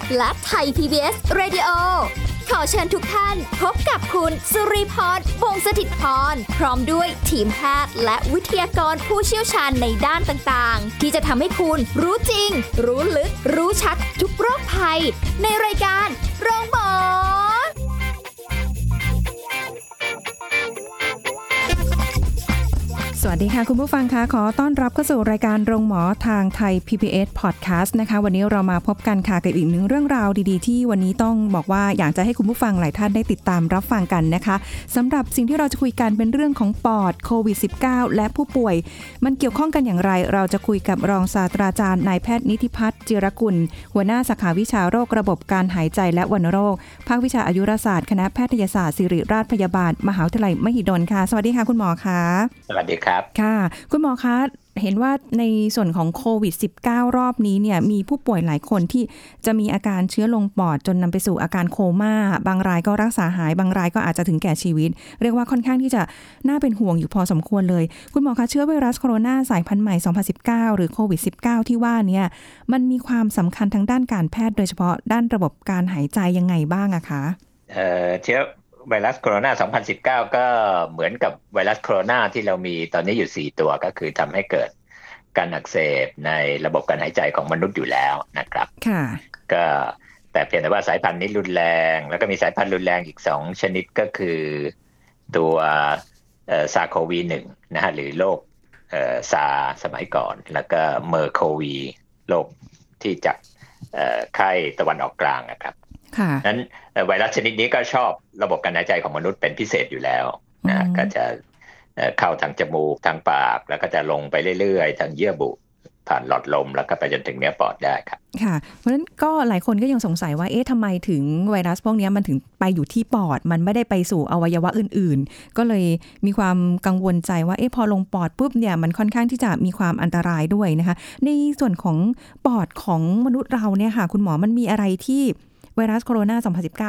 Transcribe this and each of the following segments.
และไทย PBS Radio ขอเชิญทุกท่านพบกับคุณสุริพร วงศ์สถิตพรพร้อมด้วยทีมแพทย์และวิทยากรผู้เชี่ยวชาญในด้านต่างๆที่จะทำให้คุณรู้จริงรู้ลึกรู้ชัดทุกโรคภัยในรายการโรงหมอสวัสดีค่ะคุณผู้ฟังคะขอต้อนรับเข้าสู่รายการโรงหมอทางไทย PBS Podcast นะคะวันนี้เรามาพบกันค่ะกับอีกหนึ่งเรื่องราวดีๆที่วันนี้ต้องบอกว่าอยากจะให้คุณผู้ฟังหลายท่านได้ติดตามรับฟังกันนะคะสำหรับสิ่งที่เราจะคุยกันเป็นเรื่องของปอดโควิด -19 และผู้ป่วยมันเกี่ยวข้องกันอย่างไรเราจะคุยกับรองศาสตราจารย์นายแพทย์นิติพัฒน์จิรกุลหัวหน้าสาขาวิชาโรคระบบการหายใจและวัณโรคภาควิชาอายุรศาสตร์คณะแพทยศาสตร์ศิริราชพยาบาลมหาวิทยาลัยมหิดลค่ะสวัสดีค่ะคุณหมอคะสวัสดีครับค่ะคุณหมอคะเห็นว่าในส่วนของโควิด -19 รอบนี้เนี่ยมีผู้ป่วยหลายคนที่จะมีอาการเชื้อลงปอดจนนำไปสู่อาการโคม่าบางรายก็รักษาหายบางรายก็อาจจะถึงแก่ชีวิตเรียกว่าค่อนข้างที่จะน่าเป็นห่วงอยู่พอสมควรเลยคุณหมอคะเชื้อไวรัสโคโรนาสายพันธุ์ใหม่ 2019 หรือโควิด -19 ที่ว่าเนี่ยมันมีความสำคัญทางด้านการแพทย์โดยเฉพาะด้านระบบการหายใจยังไงบ้างอะคะเชื้อไวรัสโคโรนา 2019 ก็เหมือนกับไวรัสโคโรนาที่เรามีตอนนี้อยู่4ตัวก็คือทำให้เกิดการอักเสบในระบบการหายใจของมนุษย์อยู่แล้วนะครับค่ะก็แต่เพียงแต่ว่าสายพันธุ์นี้รุนแรงแล้วก็มีสายพันธุ์รุนแรงอีก2ชนิดก็คือตัวซาโควี1นะฮะหรือโรคซาสมัยก่อนแล้วก็เมอร์โควีโรคที่จากไข้ตะวันออกกลางนะครับนั้นไวรัสชนิดนี้ก็ชอบระบบการหายใจของมนุษย์เป็นพิเศษอยู่แล้วนะก็จะเข้าทางจมูกทางปากแล้วก็จะลงไปเรื่อยๆทางเยื่อบุผ่านหลอดลมแล้วก็ไปจนถึงเนื้อปอดได้ครับค่ะเพราะฉะนั้นก็หลายคนก็ยังสงสัยว่าทำไมถึงไวรัสพวกนี้มันถึงไปอยู่ที่ปอดมันไม่ได้ไปสู่อวัยวะอื่นๆก็เลยมีความกังวลใจว่าพอลงปอดปุ๊บเนี่ยมันค่อนข้างที่จะมีความอันตรายด้วยนะคะในส่วนของปอดของมนุษย์เราเนี่ยค่ะคุณหมอมันมีอะไรที่ไวรัสโคโรนา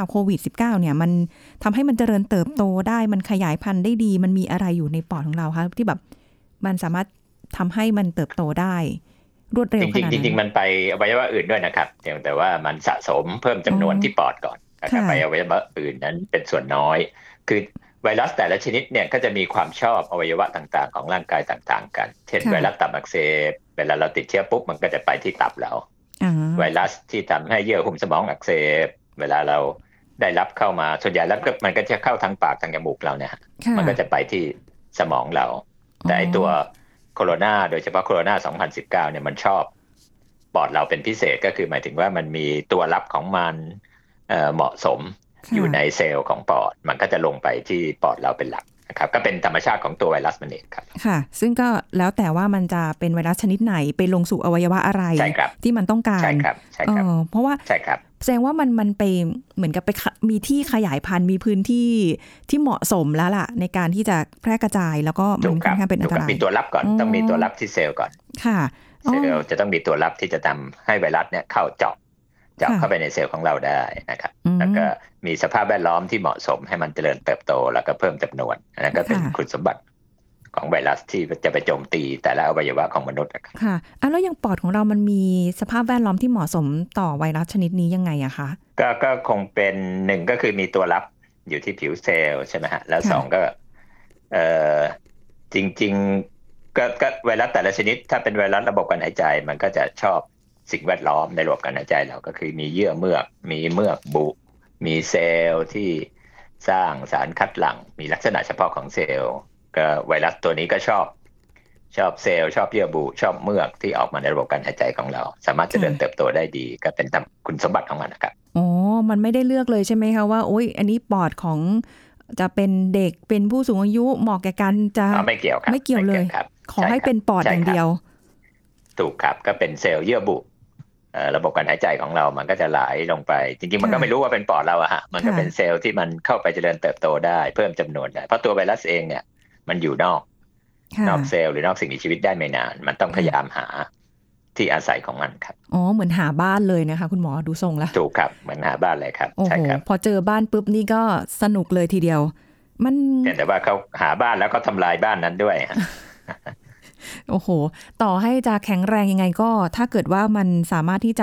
2019 โควิด -19 เนี่ยมันทำให้มันเจริญเติบโตได้มันขยายพันธุ์ได้ดีมันมีอะไรอยู่ในปอดของเราคะที่แบบมันสามารถทำให้มันเติบโตได้รวดเร็วขนาดนั้นจริงๆมันไปอวัยวะอื่นด้วยนะครับแต่ว่ามันสะสมเพิ่มจำนวนที่ปอดก่อนนะครับไปอวัยวะอื่นนั้นเป็นส่วนน้อยคือไวรัสแต่ละชนิดเนี่ยก็จะมีความชอบอวัยวะต่างๆของร่างกายต่างๆกันเช่นไวรัสตับอักเสบเวลาเราติดเชื้อปุ๊บมันก็จะไปที่ตับเราไวรัสที่ทำให้เยื่อหุ้มสมองอักเสบเวลาเราได้รับเข้ามาส่วนใหญ่แล้วมันก็จะเข้าทางปากทางจมูกเราเนี่ยมันก็จะไปที่สมองเราแต่ไอตัวโคโรนาโดยเฉพาะโคโรนา 2019 เนี่ยมันชอบปอดเราเป็นพิเศษก็คือหมายถึงว่ามันมีตัวรับของมันเหมาะสมอยู่ในเซลล์ของปอดมันก็จะลงไปที่ปอดเราเป็นหลักนะครับก็เป็นธรรมชาติของตัวไวรัสมันเองครับค่ะซึ่งก็แล้วแต่ว่ามันจะเป็นไวรัสชนิดไหนไปลงสู่อวัยวะอะไรที่มันต้องการใช่ครับเพราะว่าใช่ครับแสดงว่ามันไปเหมือนกับไปมีที่ขยายพันธุ์มีพื้นที่ที่เหมาะสมแล้วล่ะในการที่จะแพร่กระจายแล้วก็มันค่อนข้างเป็นอันตรายมีตัวรับก่อนต้องมีตัวรับที่เซลล์ก่อนค่ะเซลล์จะต้องมีตัวรับที่จะทำให้ไวรัสเนี่ยเข้าเจาะเข้าไปในเซลล์ของเราได้นะครับแล้วก็มีสภาพแวดล้อมที่เหมาะสมให้มันเจริญเติบโตแล้วก็เพิ่มจำนวนนั่นก็เป็นคุณสมบัติของไวรัสที่จะไปโจมตีแต่ละอวัยวะของมนุษย์นะครับค่ะแล้วอย่างปอดของเรามันมีสภาพแวดล้อมที่เหมาะสมต่อไวรัสชนิดนี้ยังไงอะคะก็คงเป็น1ก็คือมีตัวรับอยู่ที่ผิวเซลล์ใช่ไหมฮะแล้ว2ก็จริงๆก็ไวรัสแต่ละชนิดถ้าเป็นไวรัสระบบการหายใจมันก็จะชอบสิ่งแวดล้อมในระบบการหายใจเราก็คือมีเยื่อเมือกมีเมือกบุมีเซลล์ที่สร้างสารคัดหลั่งมีลักษณะเฉพาะของเซลล์ก็ไวรัสตัวนี้ก็ชอบเซลล์ชอบเยื่อบุชอบเมือกที่ออกมาในระบบการหายใจของเราสามารถเจริญเติบโตได้ดีก็เป็นคุณสมบัติของมันนะครับมันไม่ได้เลือกเลยใช่ไหมคะว่าโอ๊ยอันนี้ปอดของจะเป็นเด็กเป็นผู้สูงอายุเหมาะแก่การจะไม่เกี่ยวครับไม่เกี่ยวเลยขอให้เป็นปอดอย่างเดียวถูกครับก็เป็นเซลล์เยื่อบุระบบการหายใจของเรามันก็จะไหลลงไปจริงๆมันก็ไม่รู้ว่าเป็นปอดเราอะฮะมันก็เป็นเซลล์ที่มันเข้าไปเจริญเติบโตได้เพิ่มจำนวนได้เพราะตัวไวรัสเองเนี่ยมันอยู่นอกเซลล์หรือนอกสิ่งมีชีวิตได้ไม่นานมันต้องพยายามหาที่อาศัยของมันครับเหมือนหาบ้านเลยนะคะคุณหมอดูทรงแล้วถูกครับเหมือนหาบ้านเลยครับใช่ครับพอเจอบ้านปุ๊บนี่ก็สนุกเลยทีเดียวมันแต่ว่าเขาหาบ้านแล้วก็ทำลายบ้านนั้นด้วยโอ้โหต่อให้จะแข็งแรงยังไงก็ถ้าเกิดว่ามันสามารถที่จะ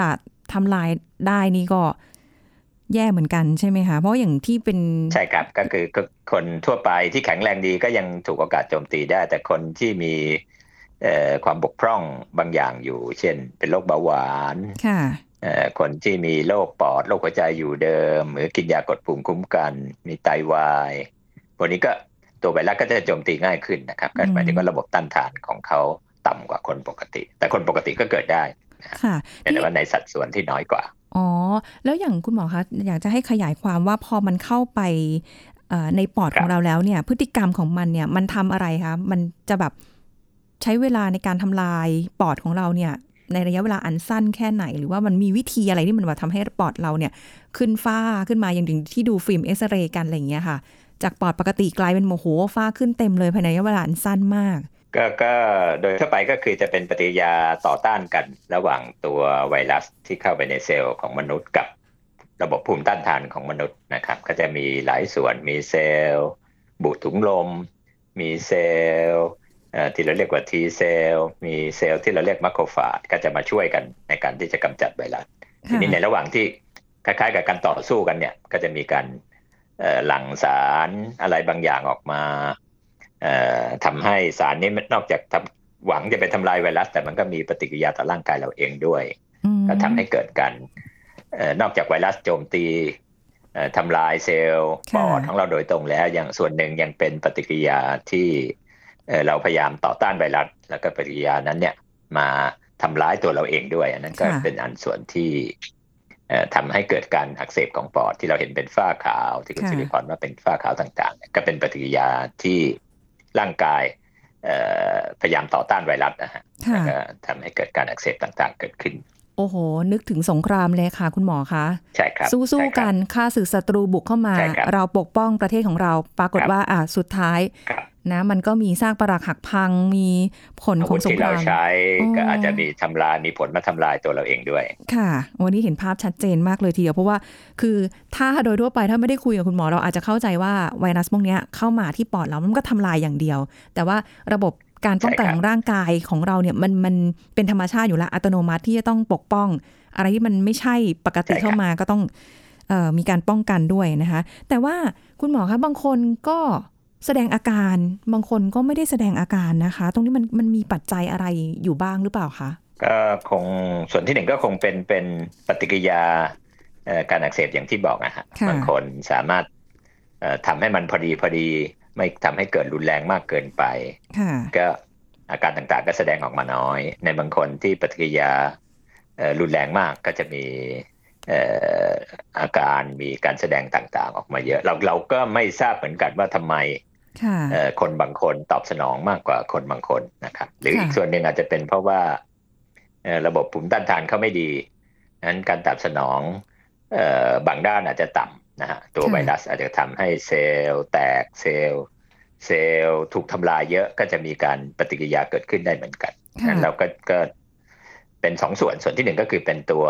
ทำลายได้นี่ก็แย่เหมือนกันใช่ไหมคะเพราะอย่างที่เป็นใช่ครับก็คือคนทั่วไปที่แข็งแรงดีก็ยังถูกโอกาสโจมตีได้แต่คนที่มีความบกพร่องบางอย่างอยู่เช่นเป็นโรคเบาหวานคนที่มีโรคปอดโรคหัวใจอยู่เดิมหรือกินยากดภูมิคุ้มกันมีไตวายพวกนี้ก็ตัวไวรัสก็จะโจมตีง่ายขึ้นนะครับก็หมายถึงว่าระบบต้านทานของเขาต่ำกว่าคนปกติแต่คนปกติก็เกิดได้แต่ว่าในสัดส่วนที่น้อยกว่าอ๋อแล้วอย่างคุณหมอคะอยากจะให้ขยายความว่าพอมันเข้าไปในปอดของเราแล้วเนี่ยพฤติกรรมของมันเนี่ยมันทำอะไรคะมันจะแบบใช้เวลาในการทำลายปอดของเราเนี่ยในระยะเวลาอันสั้นแค่ไหนหรือว่ามันมีวิธีอะไรที่มันแบบทำให้ปอดเราเนี่ยขึ้นฝ้าขึ้นมาอย่างที่ดูฟิล์มเอ็กซเรย์กันอะไรอย่างเงี้ยค่ะจากปอดปกติกลายเป็นโมโหฝ้าขึ้นเต็มเลยภายในระยะเวลาอันสั้นมากก็โดยทั่วไปก็คือจะเป็นปฏิกิริยาต่อต้านกันระหว่างตัวไวรัสที่เข้าไปในเซลล์ของมนุษย์กับระบบภูมิต้านทานของมนุษย์นะครับก็จะมีหลายส่วนมีเซลล์บุถุงลมมีเซลล์ที่เราเรียกว่า T เซลล์มีเซลล์ที่เราเรียกมัคโคฟาจก็จะมาช่วยกันในการที่จะกำจัดไวรัสทีนี้ในระหว่างที่คล้ายๆกับการต่อสู้กันเนี่ยก็จะมีการหลั่งสารอะไรบางอย่างออกมาทำให้สารนี้นอกจากหวังจะไปทำลายไวรัสแต่มันก็มีปฏิกิริยาต่อร่างกายเราเองด้วยก็ทำให้เกิดการนอกจากไวรัสโจมตีทำลายเซลล์ปอดของเราโดยตรงแล้วอย่างส่วนหนึ่งยังเป็นปฏิกิริยาที่เราพยายามต่อต้านไวรัสแล้วก็ปฏิกิริยานั้นเนี่ยมาทำร้ายตัวเราเองด้วยอันนั้นก็เป็นอันส่วนที่ทำให้เกิดการอักเสบของปอดที่เราเห็นเป็นฝ้าขาวที่คุณสิริพรว่าเป็นฝ้าขาวต่างๆก็เป็นปฏิกิริยาที่ร่างกายพยายามต่อต้านไวรัสนะฮะแล้วก็ทำให้เกิดการอักเสบต่างๆเกิดขึ้นโอ้โหนึกถึงสงครามเลยค่ะคุณหมอคะใช่ครับสู้ๆกันฆ่าศึกศัตรูบุกเข้ามาเราปกป้องประเทศของเราปรากฏว่าสุดท้ายนะมันก็มีซากปรักหักพังมีผลของสงครามที่เราใช้ก็อาจจะมีทำลายมีผลมาทำลายตัวเราเองด้วยค่ะวันนี้เห็นภาพชัดเจนมากเลยทีเดียวเพราะว่าคือถ้าโดยทั่วไปถ้าไม่ได้คุยกับคุณหมอเราอาจจะเข้าใจว่าไวรัสพวกนี้เข้ามาที่ปอดเรามันก็ทำลายอย่างเดียวแต่ว่าระบบการป้องกันของร่างกายของเราเนี่ยมันเป็นธรรมชาติอยู่แล้วอัตโนมัติที่จะต้องปกป้องอะไรที่มันไม่ใช่ปกติเข้ามาก็ต้องมีการป้องกันด้วยนะคะแต่ว่าคุณหมอคะบางคนก็แสดงอาการบางคนก็ไม่ได้แสดงอาการนะคะตรงนี้มันมีปัจจัยอะไรอยู่บ้างหรือเปล่าคะก็คงส่วนที่หนึ่งก็คงเป็นปฏิกิริยาการอักเสบอย่างที่บอกนะฮะบางคนสามารถทำให้มันพอดีไม่ทำให้เกิดรุนแรงมากเกินไปก็อาการต่างๆก็แสดงออกมาน้อยในบางคนที่ปฏิกิริยารุนแรงมากก็จะมีอาการมีการแสดงต่างๆออกมาเยอะเราก็ไม่ทราบเหมือนกันว่าทำไมคนบางคนตอบสนองมากกว่าคนบางคนนะครับหรืออีกส่วนหนึ่งอาจจะเป็นเพราะว่าระบบภูมิต้านทานเขาไม่ดีนั้นการตอบสนองบางด้านอาจจะต่ำนะฮะตัวไวรัสอาจจะทำให้เซลล์แตกเซลล์ถูกทำลายเยอะก็จะมีการปฏิกิริยาเกิดขึ้นได้เหมือนกันนั้นเราก็เป็นสองส่วนที่หนึ่งก็คือเป็นตัว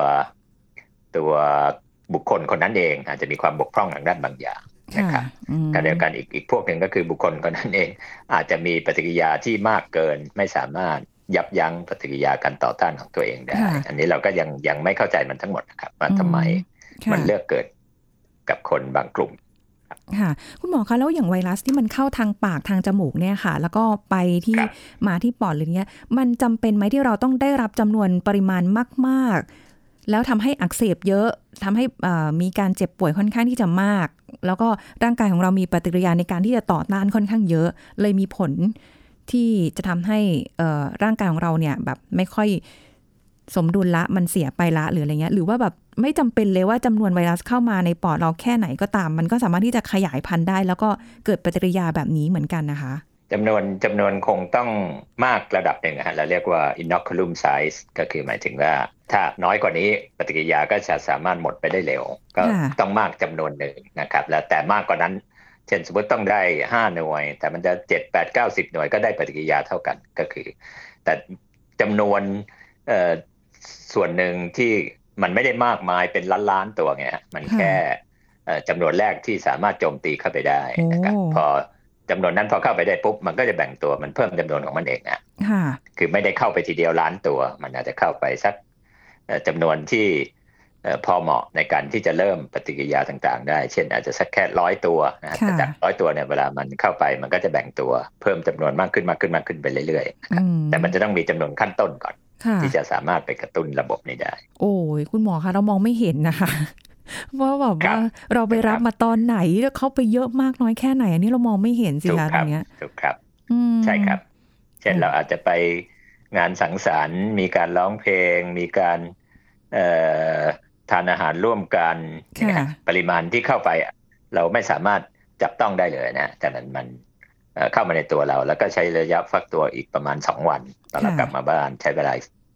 บุคคลคนนั้นเองอาจจะมีความบกพร่องทางด้านบางอย่างนะครับการเดียวกันอีกพวกหนึ่งก็คือบุคคลคนนั้นเองอาจจะมีปฏิกิริยาที่มากเกินไม่สามารถยับยั้งปฏิกิริยาการต่อต้านของตัวเองได้อันนี้เราก็ยังไม่เข้าใจมันทั้งหมดนะครับว่าทำไมมันเลือกเกิดกับคนบางกลุ่มค่ะคุณหมอคะแล้วอย่างไวรัสที่มันเข้าทางปากทางจมูกเนี่ยค่ะแล้วก็ไปที่มาที่ปอดหรือเนี้ยมันจำเป็นไหมที่เราต้องได้รับจำนวนปริมาณมากๆแล้วทำให้อักเสบเยอะทำให้มีการเจ็บป่วยค่อนข้างที่จะมากแล้วก็ร่างกายของเรามีปฏิกิริยาในการที่จะต่อต้านค่อนข้างเยอะเลยมีผลที่จะทำให้ร่างกายของเราเนี่ยแบบไม่ค่อยสมดุลละมันเสียไปละหรืออะไรเงี้ยหรือว่าแบบไม่จำเป็นเลยว่าจำนวนไวรัสเข้ามาในปอดเราแค่ไหนก็ตามมันก็สามารถที่จะขยายพันธุ์ได้แล้วก็เกิดปฏิกิริยาแบบนี้เหมือนกันนะคะจำนวนคงต้องมากระดับหนึ่งฮะเราเรียกว่า inoculum size ก็คือหมายถึงว่าถ้าน้อยกว่านี้ปฏิกิริยาก็จะสามารถหมดไปได้เร็วก็ต้องมากจำนวนหนึ่งนะครับแล้วแต่มากกว่านั้นเช่นสมมติต้องได้5หน่วยแต่มันจะ7 8 9 10หน่วยก็ได้ปฏิกิริยาเท่ากันก็คือแต่จำนวนส่วนหนึ่งที่มันไม่ได้มากมายเป็นล้านตัวไงฮะมันแค่จำนวนแรกที่สามารถโจมตีเข้าไปได้นะครับพอจำนวนนั้นพอเข้าไปได้ปุ๊บมันก็จะแบ่งตัวมันเพิ่มจำนวนของมันเองนะคือไม่ได้เข้าไปทีเดียวล้านตัวมันอาจจะเข้าไปสักจำนวนที่พอเหมาะในการที่จะเริ่มปฏิกิริยาต่างๆได้เช่นอาจจะสักแค่100 ตัวนะจาก100 ตัวเนี่ยเวลามันเข้าไปมันก็จะแบ่งตัวเพิ่มจำนวนมากขึ้นไปเรื่อยๆแต่มันจะต้องมีจำนวนขั้นต้นก่อนที่จะสามารถไปกระตุ้นระบบนี้ได้โอ้ยคุณหมอคะเรามองไม่เห็นนะคะว่าแบบว่าเราไปรับมาตอนไหนแล้วเขาไปเยอะมากน้อยแค่ไหนอันนี้เรามองไม่เห็นสิคะตรงเนี้ยถูกครับใช่ครับเช่นเราอาจจะไปงานสังสรรค์มีการร้องเพลงมีการทานอาหารร่วมกันปริมาณที่เข้าไปเราไม่สามารถจับต้องได้เลยนะแต่มันเข้ามาในตัวเราแล้วก็ใช้ระยะฟักตัวอีกประมาณ2 วันตอนเรากลับมาบ้านใช้เวลา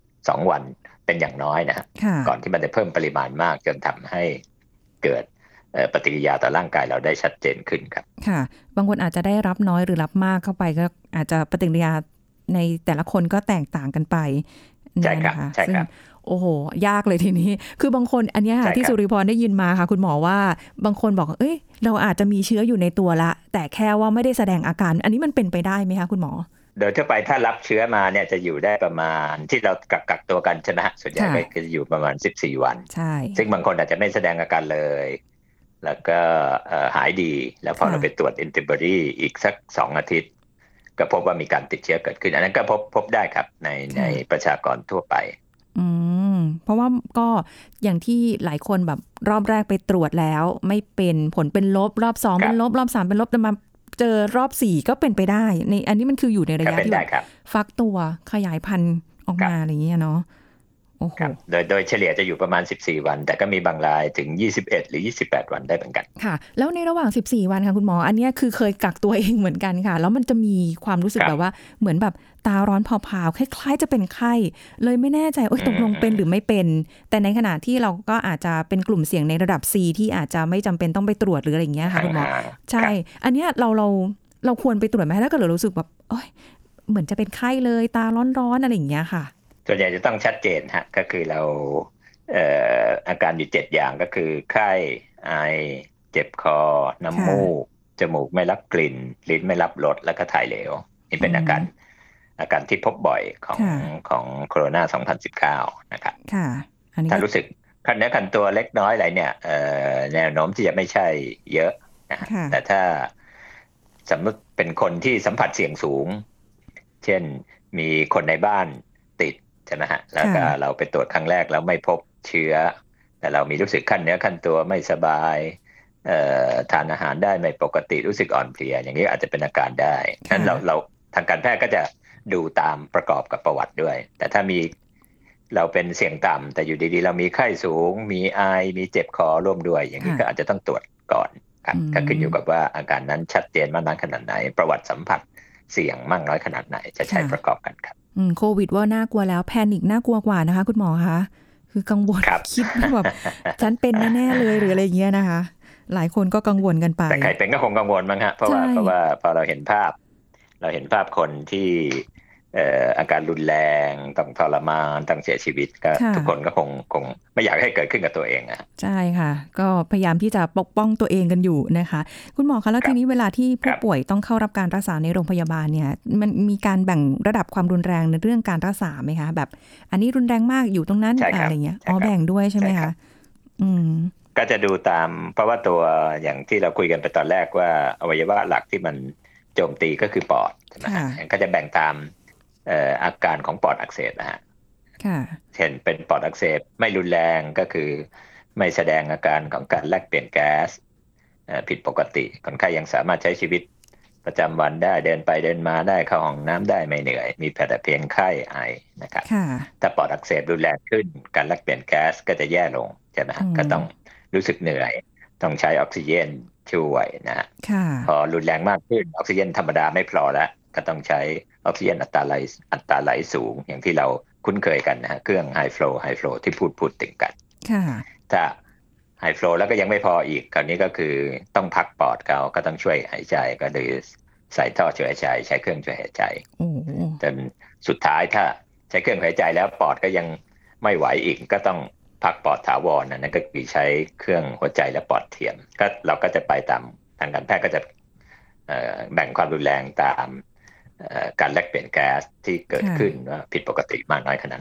2 วันเป็นอย่างน้อยนะก่อนที่มันจะเพิ่มปริมาณมากจนทำให้เกิดปฏิกิริยาต่อร่างกายเราได้ชัดเจนขึ้นครับค่ะบางคนอาจจะได้รับน้อยหรือรับมากเข้าไปก็อาจจะปฏิกิริยาในแต่ละคนก็แตกต่างกันไปใช่ครับใช่ครับโอ้โหยากเลยทีนี้คือบางคนอันนี้ค่ะที่สุริพรได้ยินมาค่ะคุณหมอว่าบางคนบอกเอ้ยเราอาจจะมีเชื้ออยู่ในตัวละแต่แค่ว่าไม่ได้แสดงอาการอันนี้มันเป็นไปได้ไหมคะคุณหมอโดยทั่วไปถ้ารับเชื้อมาเนี่ยจะอยู่ได้ประมาณที่เรากักตัวกันใช่ไหมส่วนใหญ่ก็จะอยู่ประมาณ14 วันใช่ซึ่งบางคนอาจจะไม่แสดงอาการเลยแล้วก็หายดีแล้วพอเราไปตรวจแอนติบอดีอีกสัก2 อาทิตย์ก็พบว่ามีการติดเชื้อเกิดขึ้นอันนั้นก็พบได้ครับในประชากรทั่วไปเพราะว่าก็อย่างที่หลายคนแบบรอบแรกไปตรวจแล้วไม่เป็นผลเป็นลบรอบ2เป็นลบรอบ3เป็นลบแต่มาเจอรอบ4ก็เป็นไปได้ในอันนี้มันคืออยู่ในระยะที่ฟักตัวขยายพันธุ์ออกมาอะไรอย่างเงี้ยเนาะโดยเฉลี่ยจะอยู่ประมาณ14 วันแต่ก็มีบางรายถึง21หรือ28 วันได้เหมือนกันค่ะแล้วในระหว่าง14 วันค่ะคุณหมออันนี้คือเคยกักตัวเองเหมือนกันค่ะแล้วมันจะมีความรู้สึกแบบว่าเหมือนแบบตาร้อนผาวๆคล้ายๆจะเป็นไข้เลยไม่แน่ใจตกลงเป็นหรือไม่เป็นแต่ในขณะที่เราก็อาจจะเป็นกลุ่มเสี่ยงในระดับ C ที่อาจจะไม่จำเป็นต้องไปตรวจหรืออะไรอย่างเงี้ยค่ะคุณหมอใช่อันนี้เราควรไปตรวจไหมถ้าเกิดเรารู้สึกแบบเหมือนจะเป็นไข้เลยตาร้อนๆอะไรอย่างเงี้ยค่ะส่วนใหญ่จะต้องชัดเจนฮะก็คือเราอาการอยู่7 อย่างก็คือไข้ไอเจ็บคอน้ำมูกจมูกไม่รับกลิ่นลิ้นไม่รับรสแล้วก็ถ่ายเหลวนี่เป็นอาการที่พบบ่อยของโควิด -19 นะครับถ้ารู้สึกคันเนื้อคันตัวเล็กน้อยอะไรเนี่ยแนวโน้มที่จะไม่ใช่เยอะนะแต่ถ้าสมมติเป็นคนที่สัมผัสเสี่ยงสูงเช่นมีคนในบ้านติดใช่ไหมฮะแล้วก็เราไปตรวจครั้งแรกแล้วไม่พบเชื้อแต่เรามีรู้สึกขั้นเนื้อขั้นตัวไม่สบายทานอาหารได้ไม่ปกติรู้สึกอ่อนเพลียอย่างนี้อาจจะเป็นอาการได้งั้นเราทางการแพทย์ก็จะดูตามประกอบกับประวัติด้วยแต่ถ้ามีเราเป็นเสี่ยงต่ำแต่อยู่ดีๆเรามีไข้สูงมีไอมีเจ็บคอร่วมด้วยอย่างนี้ก็อาจจะต้องตรวจก่อนครับก็ขึ้นอยู่กับว่าอาการนั้นชัดเจนมากน้อยขนาดไหนประวัติสัมผัสเสี่ยงมากน้อยขนาดไหนจะใช้ประกอบกันครับโควิดว่าน่ากลัวแล้วแพนิคน่ากลัวกว่านะคะคุณหมอคะคือกังวลคิดว่าแบบฉันเป็นแน่ๆเลยหรืออะไรอย่างเงี้ยนะคะหลายคนก็กังวลกันไปแต่ใครเป็นก็คงกังวลมั้งฮะเพราะว่าพอเราเห็นภาพคนที่อาการรุนแรงต้องทรมานต้องเสียชีวิตก็ทุกคนก็คงไม่อยากให้เกิดขึ้นกับตัวเองนะใช่ค่ะก็พยายามที่จะปกป้องตัวเองกันอยู่นะคะคุณหมอคะแล้วทีนี้เวลาที่ผู้ป่วยต้องเข้ารับการรักษาในโรงพยาบาลเนี่ยมันมีการแบ่งระดับความรุนแรงในเรื่องการรักษาไหมคะแบบอันนี้รุนแรงมากอยู่ตรงนั้นอะไรเงี้ยแบ่งด้วยใช่ไหมคะก็จะดูตามเพราะว่าตัวอย่างที่เราคุยกันไปตอนแรกว่าอวัยวะหลักที่มันโจมตีก็คือปอดใช่ไหมก็จะแบ่งตามอาการของปอดอักเสบนะฮะเช่นเป็นปอดอักเสบไม่รุนแรงก็คือไม่แสดงอาการของการแลกเปลี่ยนแก๊สผิดปกติคนไข้ยังสามารถใช้ชีวิตประจำวันได้เดินไปเดินมาได้เข้าห้องน้ำได้ไม่เหนื่อยมีแต่เพียงไข้ไอนะครับถ้าปอดอักเสบรุนแรงขึ้นการแลกเปลี่ยนแก๊สก็จะแย่ลงใช่ไหมฮะก็ต้องรู้สึกเหนื่อยต้องใช้ออกซิเจนช่วยนะพอรุนแรงมากขึ้นออกซิเจนธรรมดาไม่พอแล้วก็ต้องใช้ออกซิเจนอัตราไหลสูงอย่างที่เราคุ้นเคยกันนะฮะเครื่องไฮโฟลว์ที่พูดถึงกันถ้าไฮโฟลว์แล้วก็ยังไม่พออีกคราวนี้ก็คือต้องพักปอดเขาก็ต้องช่วยหายใจก็โดยใส่ท่อช่วยหายใจใช้เครื่องช่วยหายใจจนสุดท้ายถ้าใช้เครื่องหายใจแล้วปอดก็ยังไม่ไหวอีกก็ต้องพักปอดถาวรนั่นก็คือใช้เครื่องหัวใจและปอดเทียมก็เราก็จะไปตามทางการแพทย์ก็จะแบ่งความรุนแรงตามการแลกเปลี่ยนแก๊สที่เกิดขึ้นว่าผิดปกติมากน้อยขนาดไหน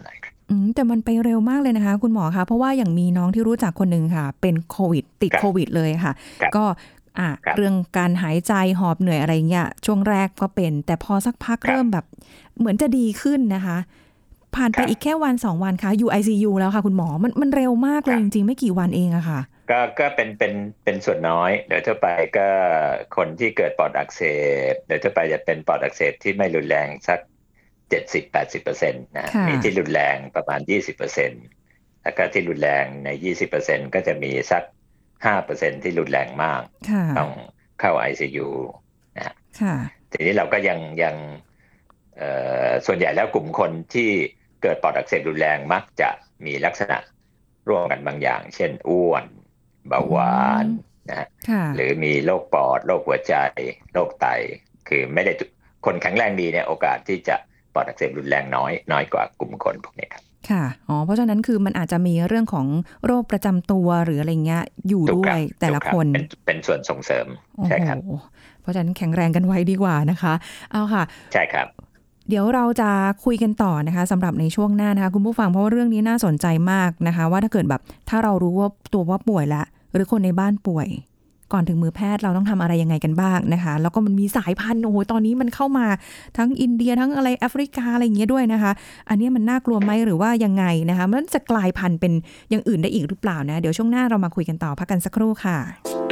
แต่มันไปเร็วมากเลยนะคะคุณหมอคะเพราะว่าอย่างมีน้องที่รู้จักคนหนึ่งค่ะเป็นโควิดติดโควิดเลยค่ะก็เรื่องการหายใจหอบเหนื่อยอะไรเงี้ยช่วงแรกก็เป็นแต่พอสักพักเริ่มแบบเหมือนจะดีขึ้นนะคะผ่านไปอีกแค่วัน2วันค่ะอยู่ ICU แล้วค่ะคุณหมอมันเร็วมากเลยจริงๆไม่กี่วันเองอะค่ะก็เป็นส่วนน้อยโดยทั่วไปก็คนที่เกิดปอดอักเสบโดยทั่วไปจะเป็นปอดอักเสบที่ไม่รุนแรงสัก 70-80% นะมีที่รุนแรงประมาณ 20% แล้วก็ที่รุนแรงใน 20% ก็จะมีสัก 5% ที่รุนแรงมากต้องเข้า ICU นะทีนี้เราก็ยังส่วนใหญ่แล้วกลุ่มคนที่เกิดปอดอักเสบรุนแรงมักจะมีลักษณะร่วมกันบางอย่างเช่นอ้วนเบาหวานนะหรือมีโรคปอดโรคหัวใจโรคไตคือไม่ได้คนแข็งแรงดีเนี่ยโอกาสที่จะปอดอักเสบรุนแรงน้อยกว่ากลุ่มคนพวกนี้ครับค่ะเพราะฉะนั้นคือมันอาจจะมีเรื่องของโรคประจำตัวหรืออะไรเงี้ยอยู่ด้วยแต่ละคนเป็นส่วนส่งเสริมใช่ครับเพราะฉะนั้นแข็งแรงกันไว้ดีกว่านะคะเอาค่ะใช่ครับเดี๋ยวเราจะคุยกันต่อนะคะสำหรับในช่วงหน้านะคะคุณผู้ฟังเพราะว่าเรื่องนี้น่าสนใจมากนะคะว่าถ้าเกิดแบบถ้าเรารู้ว่าว่าป่วยละหรือคนในบ้านป่วยก่อนถึงมือแพทย์เราต้องทำอะไรยังไงกันบ้างนะคะแล้วก็มันมีสายพันธุ์ตอนนี้มันเข้ามาทั้งอินเดียทั้งอะไรแอฟริกาอะไรอย่างเงี้ยด้วยนะคะอันนี้มันน่ากลัวไหมหรือว่ายังไงนะคะมันจะกลายพันธุ์เป็นอย่างอื่นได้อีกหรือเปล่านะเดี๋ยวช่วงหน้าเรามาคุยกันต่อพักกันสักครู่ค่ะ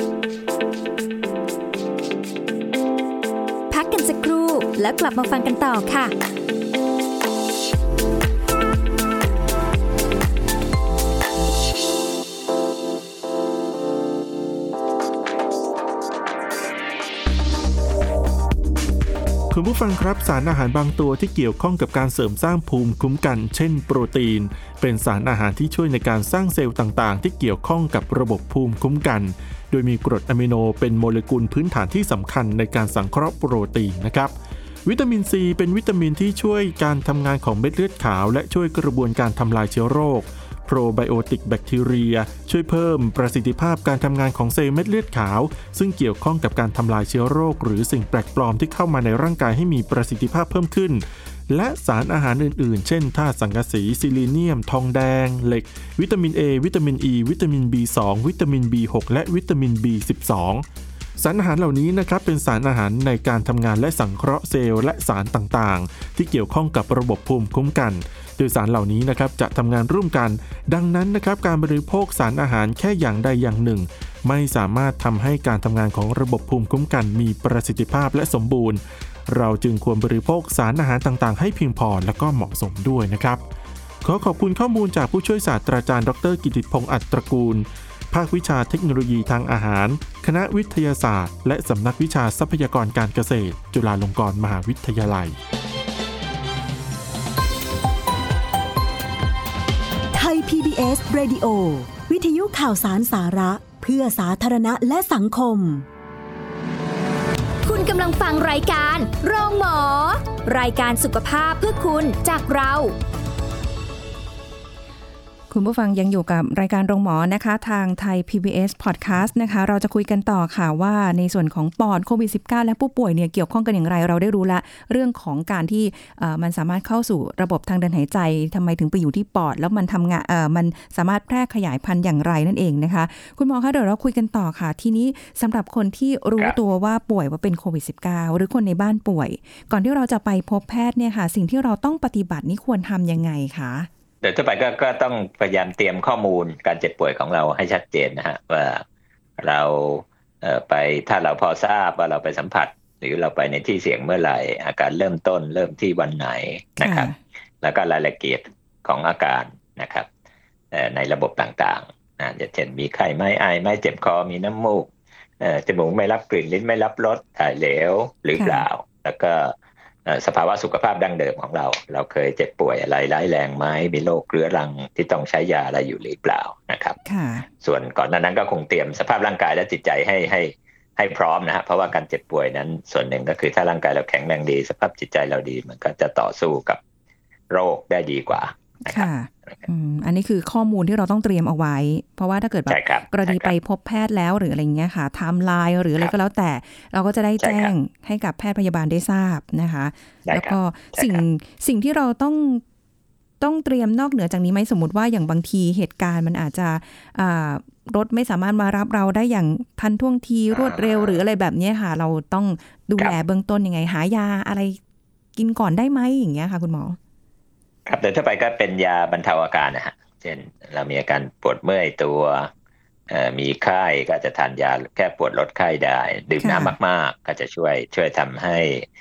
พักกันสักครู่แล้วกลับมาฟังกันต่อค่ะคุณผู้ฟังครับสารอาหารบางตัวที่เกี่ยวข้องกับการเสริมสร้างภูมิคุ้มกันเช่นโปรตีนเป็นสารอาหารที่ช่วยในการสร้างเซลล์ต่างๆที่เกี่ยวข้องกับระบบภูมิคุ้มกันโดยมีกรดอะมิโนเป็นโมเลกุลพื้นฐานที่สำคัญในการสังเคราะห์โปรตีนนะครับวิตามินซีเป็นวิตามินที่ช่วยการทำงานของเม็ดเลือดขาวและช่วยกระบวนการทำลายเชื้อโรคโปรไบโอติกแบคทีเรียช่วยเพิ่มประสิทธิภาพการทำงานของเซลล์เม็ดเลือดขาวซึ่งเกี่ยวข้องกับการทำลายเชื้อโรคหรือสิ่งแปลกปลอมที่เข้ามาในร่างกายให้มีประสิทธิภาพเพิ่มขึ้นและสารอาหารอื่นๆเช่นธาตุสังกะสีซิลิเนียมทองแดงเหล็กวิตามิน A วิตามิน E วิตามิน B2 วิตามิน B6 และวิตามิน B12 สารอาหารเหล่านี้นะครับเป็นสารอาหารในการทำงานและสังเคราะห์เซลล์และสารต่างๆที่เกี่ยวข้องกับระบบภูมิคุ้มกันโดยสารเหล่านี้นะครับจะทำงานร่วมกันดังนั้นนะครับการบริโภคสารอาหารแค่อย่างใดอย่างหนึ่งไม่สามารถทำให้การทำงานของระบบภูมิคุ้มกันมีประสิทธิภาพและสมบูรณ์เราจึงควรบริโภคสารอาหารต่างๆให้เพียงพอและก็เหมาะสมด้วยนะครับขอขอบคุณข้อมูลจากผู้ช่วยศาสตราจารย์ดร.กิติพงษ์อัตตระกูลภาควิชาเทคโนโลยีทางอาหารคณะวิทยาศาสตร์และสำนักวิชาทรัพยากรการเกษตรจุฬาลงกรณ์มหาวิทยาลัยไทย PBS Radio วิทยุข่าวสารสาระเพื่อสาธารณะและสังคมคุณกำลังฟังรายการโรงหมอรายการสุขภาพเพื่อคุณจากเราคุณผู้ฟังยังอยู่กับรายการโรงหมอนะคะทางไทย PBS Podcast นะคะเราจะคุยกันต่อค่ะว่าในส่วนของปอดโควิด -19 และผู้ป่วยเนี่ยเกี่ยวข้องกันอย่างไรเราได้รู้ละเรื่องของการที่มันสามารถเข้าสู่ระบบทางเดินหายใจทำไมถึงไปอยู่ที่ปอดแล้วมันทำงานมันสามารถแพร่ขยายพันธุ์อย่างไรนั่นเองนะคะคุณหมอคะเดี๋ยวเราคุยกันต่อค่ะทีนี้สำหรับคนที่รู้ตัวว่าป่วยว่าเป็นโควิด -19 หรือคนในบ้านป่วยก่อนที่เราจะไปพบแพทย์เนี่ยค่ะสิ่งที่เราต้องปฏิบัตินี้ควรทำยังไงคะโดยทั่วไปก็ต้องพยายามเตรียมข้อมูลการเจ็บป่วยของเราให้ชัดเจนนะฮะว่าเราไปถ้าเราพอทราบว่าเราไปสัมผัสหรือเราไปในที่เสี่ยงเมื่อไหร่อาการเริ่มต้นเริ่มที่วันไหนนะครับแล้วก็รายละเอียดของอาการนะครับในระบบต่างๆนะเช่นมีไข้ไม่ไอไม่เจ็บคอมีน้ำมูกจมูกไม่รับกลิ่นลิ้นไม่รับรสถ่ายเหลวหรือเปล่าแล้วก็สภาวะสุขภาพดั้งเดิมของเราเคยเจ็บป่วยอะไรร้ายแรงไหมมีโรคเรื้อรังที่ต้องใช้ยาอะไรอยู่หรือเปล่านะครับส่วนก่อนหน้านั้นก็คงเตรียมสภาพร่างกายและจิตใจให้พร้อมนะฮะเพราะว่าการเจ็บป่วยนั้นส่วนหนึ่งก็คือถ้าร่างกายเราแข็งแรงดีสภาพจิตใจเราดีมันก็จะต่อสู้กับโรคได้ดีกว่าค่ะอันนี้คือข้อมูลที่เราต้องเตรียมเอาไว้เพราะว่าถ้าเกิดแบบกรณีไปพบแพทย์แล้วหรืออะไรเงี้ยค่ะไทม์ไลน์หรืออะไรก็แล้วแต่เราก็จะได้แจ้งให้กับแพทย์พยาบาลได้ทราบนะคะแล้วก็สิ่งที่เราต้องต้องเตรียมนอกเหนือจากนี้ไหมสมมติว่าอย่างบางทีเหตุการณ์มันอาจจะรถไม่สามารถมารับเราได้อย่างทันท่วงทีรวดเร็วหรืออะไรแบบนี้ค่ะเราต้องดูแลเบื้องต้นยังไงหายาอะไรกินก่อนได้ไหมอย่างเงี้ยค่ะคุณหมอครับแต่ทั่วไปก็เป็นยาบรรเทาอาการนะฮะเช่นเรามีอาการปวดเมื่อยตัวมีไข้ก็จะทานยาแก้ปวดลดไข้ได้ดื่มน้ำมากๆก็จะช่วยทำให้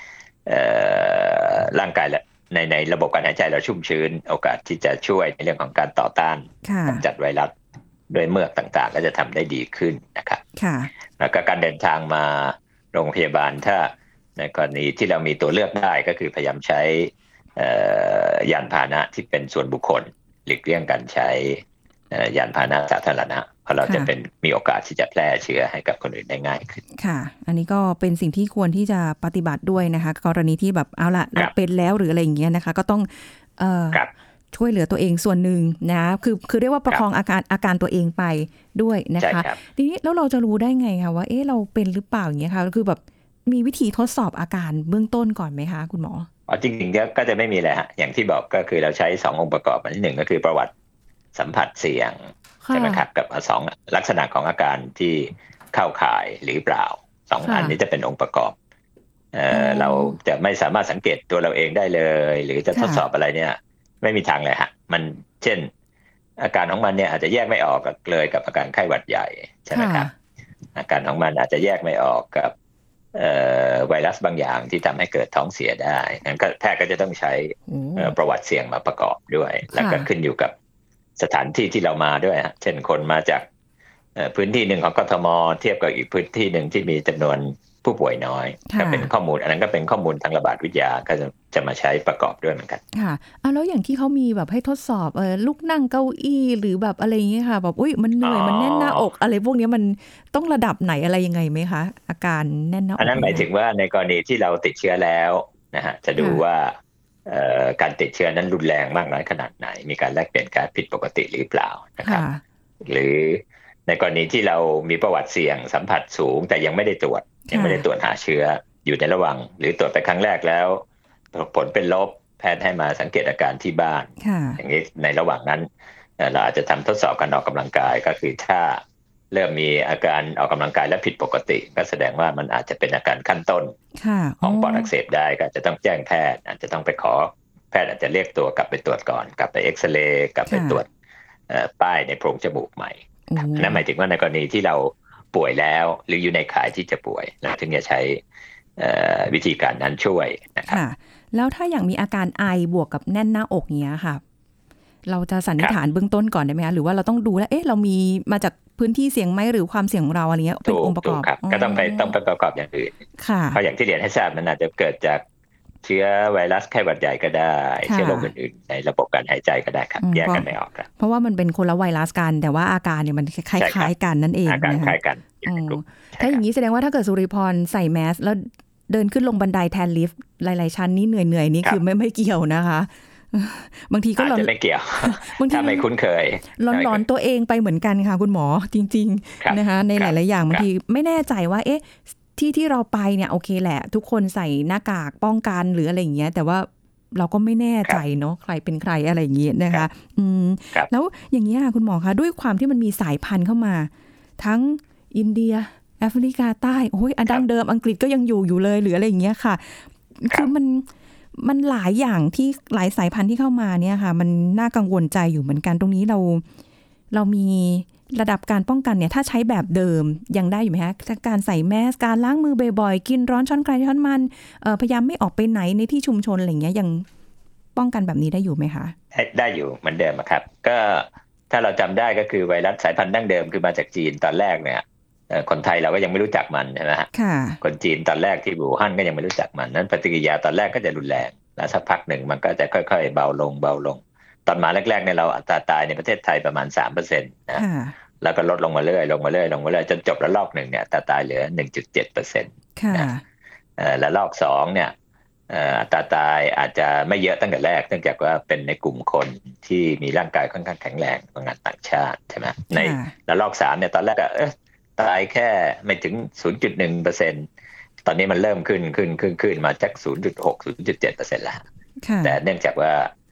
ร่างกายในระบบการหายใจเราชุ่มชื้นโอกาสที่จะช่วยในเรื่องของการต่อต้านกำจัดไวรัสด้วยเมือกต่างๆก็จะทำได้ดีขึ้นนะครับแล้วก็การเดินทางมาโรงพยาบาลถ้าในกรณีที่เรามีตัวเลือกได้ก็คือพยายามใช้ยานพาหนะที่เป็นส่วนบุคคลหลีกเลี่ยงการใช้ยานพาหนะสาธารณะเพราะเราจะมีโอกาสที่จะแพร่เชื้อให้กับคนอื่นได้ง่ายขึ้นค่ะอันนี้ก็เป็นสิ่งที่ควรที่จะปฏิบัติด้วยนะคะกรณีที่แบบเอาละเราเป็นแล้วหรืออะไรอย่างเงี้ยนะคะก็ต้องช่วยเหลือตัวเองส่วนหนึ่งนะคือเรียกว่าประคองอาการตัวเองไปด้วยนะคะทีนี้แล้วเราจะรู้ได้ไงคะว่าเราเป็นหรือเปล่าอย่างเงี้ยค่ะคือแบบมีวิธีทดสอบอาการเบื้องต้นก่อนไหมคะคุณหมอจริงๆก็จะไม่มีเลยฮะอย่างที่บอกก็คือเราใช้2องค์ประกอบอันที่1ก็คือประวัติสัมผัสเสี่ยงใช่ไหมครับกับ2ลักษณะของอาการที่เข้าข่ายหรือเปล่า2อันนี้จะเป็นองค์ประกอบเราจะไม่สามารถสังเกตตัวเราเองได้เลยหรือจะทดสอบอะไรเนี่ยไม่มีทางเลยฮะมันเช่นอาการของมันเนี่ยอาจจะแยกไม่ออกเลยกับอาการไข้หวัดใหญ่ใช่ไหมครับอาการของมันอาจจะแยกไม่ออกกับไวรัสบางอย่างที่ทำให้เกิดท้องเสียได้งั้นแพทย์ก็จะต้องใช้ประวัติเสี่ยงมาประกอบด้วยแล้วก็ขึ้นอยู่กับสถานที่ที่เรามาด้วยเช่นคนมาจากพื้นที่หนึ่งของกทมเทียบกับอีกพื้นที่หนึ่งที่มีจำนวนผู้ป่วยน้อยก็เป็นข้อมูลอันนั้นก็เป็นข้อมูลทางระบาดวิทยาก็จะมาใช้ประกอบด้วยเหมือนกันค่ะแล้วอย่างที่เขามีแบบให้ทดสอบลุกนั่งเก้าอี้หรือแบบอะไรอย่างเงี้ยค่ะแบบอุ้ยมันเหนื่อยมันแน่นหน้าอกอะไรพวกนี้มันต้องระดับไหนอะไรยังไงไหมคะอาการแน่นหน้าอกอันนั้นหมายถึงว่าในกรณีที่เราติดเชื้อแล้วนะฮะจะดูว่าการติดเชื้อนั้นรุนแรงมากน้อยขนาดไหนมีการแลกเปลี่ยนการผิดปกติหรือเปล่านะครับหรือในกรณีที่เรามีประวัติเสี่ยงสัมผัสสูงแต่ยังไม่ได้ตรวจหาเชื้ออยู่ในระหว่างหรือตรวจไปครั้งแรกแล้วผลเป็นลบแพทย์ให้มาสังเกตอาการที่บ้านอย่างนี้ในระหว่างนั้นเราอาจจะทำทดสอบการออกกำลังกายก็คือถ้าเริ่มมีอาการออกกำลังกายและผิดปกติก็แสดงว่ามันอาจจะเป็นอาการขั้นต้นของปอดอักเสบได้ก็จะต้องแจ้งแพทย์อาจจะต้องไปขอแพทย์อาจจะเรียกตัวกลับไปตรวจก่อนกลับไปเอ็กซเรย์กลับไปตรวจป้ายในโพรงจมูกใหม่นั่นหมายถึงว่าในกรณีที่เราป่วยแล้วหรืออยู่ในข่ายที่จะป่วยเราถึงจะใช้วิธีการนั้นช่วยนะครับแล้วถ้าอย่างมีอาการไอบวกกับแน่นหน้าอกเนี้ยค่ะเราจะสันนิษฐานเบื้องต้นก่อนได้ไหมคะหรือว่าเราต้องดูแล้วเรามีมาจากพื้นที่เสี่ยงไหมหรือความเสี่ยงของเราอะไรเงี้ยเป็นองค์ประกอบก็ต้องไปประกอบอย่างอื่นเพราะอย่างที่เรียนให้ทราบมันอาจจะเกิดจากเชื้อไวรัสไข้หวัดใหญ่ก็ได้เชื้อโรคอื่นๆในระบบการหายใจก็ได้ครับแยกกันไม่ออกครับเพราะว่ามันเป็นคนละไวรัสกันแต่ว่าอาการเนี่ยมันคล้ายๆกันนั่นเองอาการคล้ายกันถ้าอย่างนี้แสดงว่าถ้าเกิดสุริพรใส่แมสแล้วเดินขึ้นลงบันไดแทนลิฟต์หลายๆชั้นนี่เหนื่อยๆนี่คือไม่เกี่ยวนะคะบางทีก็อาจจะไม่เกี่ยวถ้าไม่คุ้นเคยร้อนตัวเองไปเหมือนกันค่ะคุณหมอจริงๆนะคะในหลายๆอย่างบางทีไม่แน่ใจว่าที่เราไปเนี่ยโอเคแหละทุกคนใส่หน้ากากป้องกันหรืออะไรอย่างเงี้ยแต่ว่าเราก็ไม่แน่ใจเนาะใครเป็นใครอะไรอย่างเงี้ยนะคะแล้วอย่างเงี้ยคุณหมอคะด้วยความที่มันมีสายพันธุ์เข้ามาทั้งอินเดียแอฟริกาใต้โอ้ยดั้งเดิมอังกฤษก็ยังอยู่เลยหรืออะไรอย่างเงี้ยค่ะคือมันหลายอย่างที่หลายสายพันธุ์ที่เข้ามาเนี่ยค่ะมันน่ากังวลใจอยู่เหมือนกันตรงนี้เรามีระดับการป้องกันเนี่ยถ้าใช้แบบเดิมยังได้อยู่ไหมคะการใส่แมสการล้างมือบ่อยๆกินร้อนช้อนใครช้อนมันพยายามไม่ออกไปไหนในที่ชุมชนอะไรอย่างเงี้ยยังป้องกันแบบนี้ได้อยู่ไหมคะได้อยู่เหมือนเดิมครับก็ถ้าเราจำได้ก็คือไวรัสสายพันธุ์ดั้งเดิมคือมาจากจีนตอนแรกเนี่ยคนไทยเราก็ยังไม่รู้จักมันใช่ไหมฮะคนจีนตอนแรกที่อู่ฮั่นก็ยังไม่รู้จักมันนั้นปฏิกิริยาตอนแรกก็จะรุนแรงแล้วสักพักหนึ่งมันก็จะค่อยๆเบาลงตอนมาแรกๆเนี่ยเราอัตราตายในประเทศไทยประมาณ 3% นะแล้วก็ลดลงมาเรื่อยจนจบระลอกหนึ่งเนี่ยอัตราตายเหลือ 1.7% นะและระลอก2เนี่ยอัตราตายอาจจะไม่เยอะตั้งแต่แรกเนื่องจากว่าเป็นในกลุ่มคนที่มีร่างกายค่อนข้างแข็งแรงของงานต่างชาติใช่ไหมในระลอก3เนี่ยตอนแรกตายแค่ไม่ถึง 0.1% ตอนนี้มันเริ่มขึ้นมาจาก 0.6 0.7% แล้วแต่เนื่องจากว่า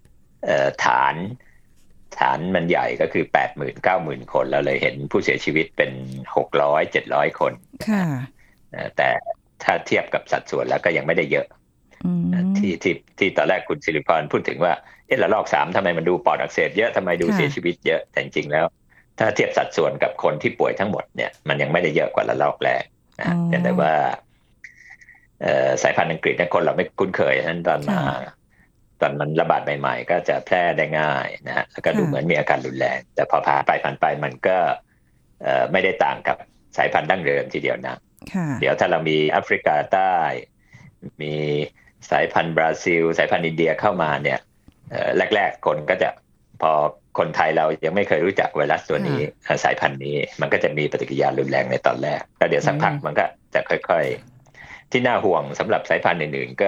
ฐานมันใหญ่ก็คือ 80,000-90,000 คนเราเลยเห็นผู้เสียชีวิตเป็น600-700 คนแต่ถ้าเทียบกับสัดส่วนแล้วก็ยังไม่ได้เยอะที่ตอนแรกคุณศิริพรพูดถึงว่าระลอก 3ทำไมมันดูปอดอักเสบเยอะทำไมดูเสียชีวิตเยอะแต่จริงๆแล้วถ้าเทียบสัดส่วนกับคนที่ป่วยทั้งหมดเนี่ยมันยังไม่ได้เยอะกว่าระลอกแรกแต่ว่าสายพันธุ์อังกฤษเนี่ยคนเราไม่คุ้นเคยนั้นตอนมันระบาดใหม่ๆก็จะแพร่ได้ง่ายนะฮะแล้วก็ดูเหมือนมีอาการรุนแรงแต่พอผ่านไปมันก็ไม่ได้ต่างกับสายพันธุ์ดั้งเดิมทีเดียวนะเดี๋ยวถ้าเรามีแอฟริกาใต้มีสายพันธุ์บราซิลสายพันธุ์อินเดียเข้ามาเนี่ยแรกๆคนก็จะพอคนไทยเรายังไม่เคยรู้จักไวรัสตัวนี้สายพันธุ์นี้มันก็จะมีปฏิกิริยารุนแรงในตอนแรกแล้วเดี๋ยวสักพักมันก็จะค่อยๆที่น่าห่วงสำหรับสายพันธุ์อื่นๆก็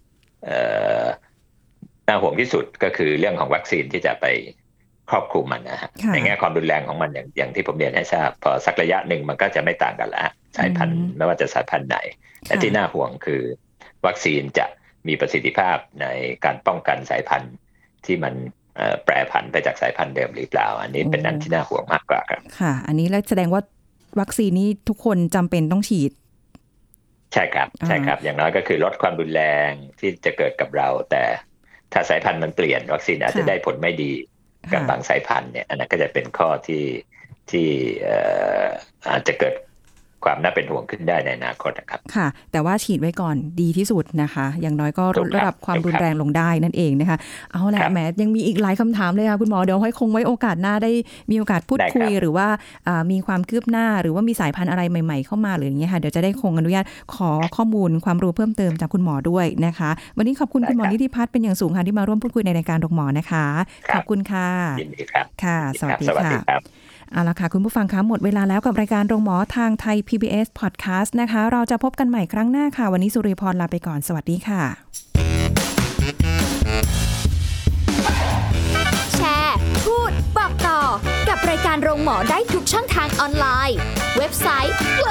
น่าห่วงที่สุดก็คือเรื่องของวัคซีนที่จะไปครอบคลุมมันนะฮะในแง่ความรุนแรงของมันอย่างที่ผมเรียนให้ทราบพอสักระยะหนึ่งมันก็จะไม่ต่างกันละสายพันธุ์ไม่ว่าจะสายพันธุ์ไหนแต่ที่น่าห่วงคือวัคซีนจะมีประสิทธิภาพในการป้องกันสายพันธุ์ที่มันแปรผันไปจากสายพันธุ์เดิมหรือเปล่าอันนี้เป็นอันที่น่าห่วงมากกว่าครับค่ะอันนี้แล้วแสดงว่าวัคซีนนี้ทุกคนจำเป็นต้องฉีดใช่ครับอย่างน้อยก็คือลดความรุนแรงที่จะเกิดกับเราแต่ถ้าสายพันธุ์มันเปลี่ยนวัคซีนอาจจะได้ผลไม่ดีกับบางสายพันธุ์เนี่ยอันนั้นก็จะเป็นข้อที่อาจจะเกิดความน่าเป็นห่วงขึ้นได้ในอนาคตนะครับค่ะแต่ว่าฉีดไว้ก่อนดีที่สุดนะคะอย่างน้อยก็ลดระดับความรุนแรงลงได้นั่นเองนะคะเอาแหละแหมยังมีอีกหลายคำถามเลยค่ะคุณหมอเดี๋ยวคงไว้โอกาสหน้าได้มีโอกาสพูดคุยหรือว่ามีความคืบหน้าหรือว่ามีสายพันธุ์อะไรใหม่ๆเข้ามาหรืออย่างเงี้ยค่ะเดี๋ยวจะได้คงอนุญาตขอข้อมูลความรู้เพิ่มเติมจากคุณหมอด้วยนะคะวันนี้ขอบคุณคุณหมอนิติพัฒน์เป็นอย่างสูงค่ะที่มาร่วมพูดคุยในรายการโรงหมอนะคะขอบคุณค่ะยินดีครับค่ะสวัสดีค่ะเอาล่ะค่ะคุณผู้ฟังคะหมดเวลาแล้วกับรายการโรงหมอทางไทย PBS Podcast นะคะเราจะพบกันใหม่ครั้งหน้าค่ะวันนี้สุริพรลาไปก่อนสวัสดีค่ะแชร์พูดบอกต่อกับรายการโรงหมอได้ทุกช่องทางออนไลน์เว็บไซต์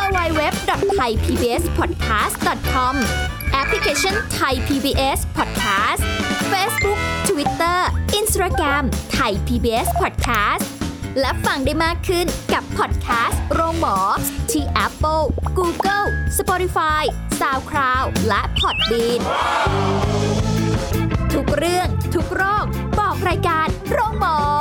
www.thaipbspodcast.com แอปพลิเคชัน Thai PBS Podcast Facebook Twitter Instagram Thai PBS Podcastและฟังได้มากขึ้นกับพอดแคสต์โรงหมอที่ Apple, Google, Spotify, SoundCloud และ Podbean ทุกเรื่องทุกโรคบอกรายการโรงหมอ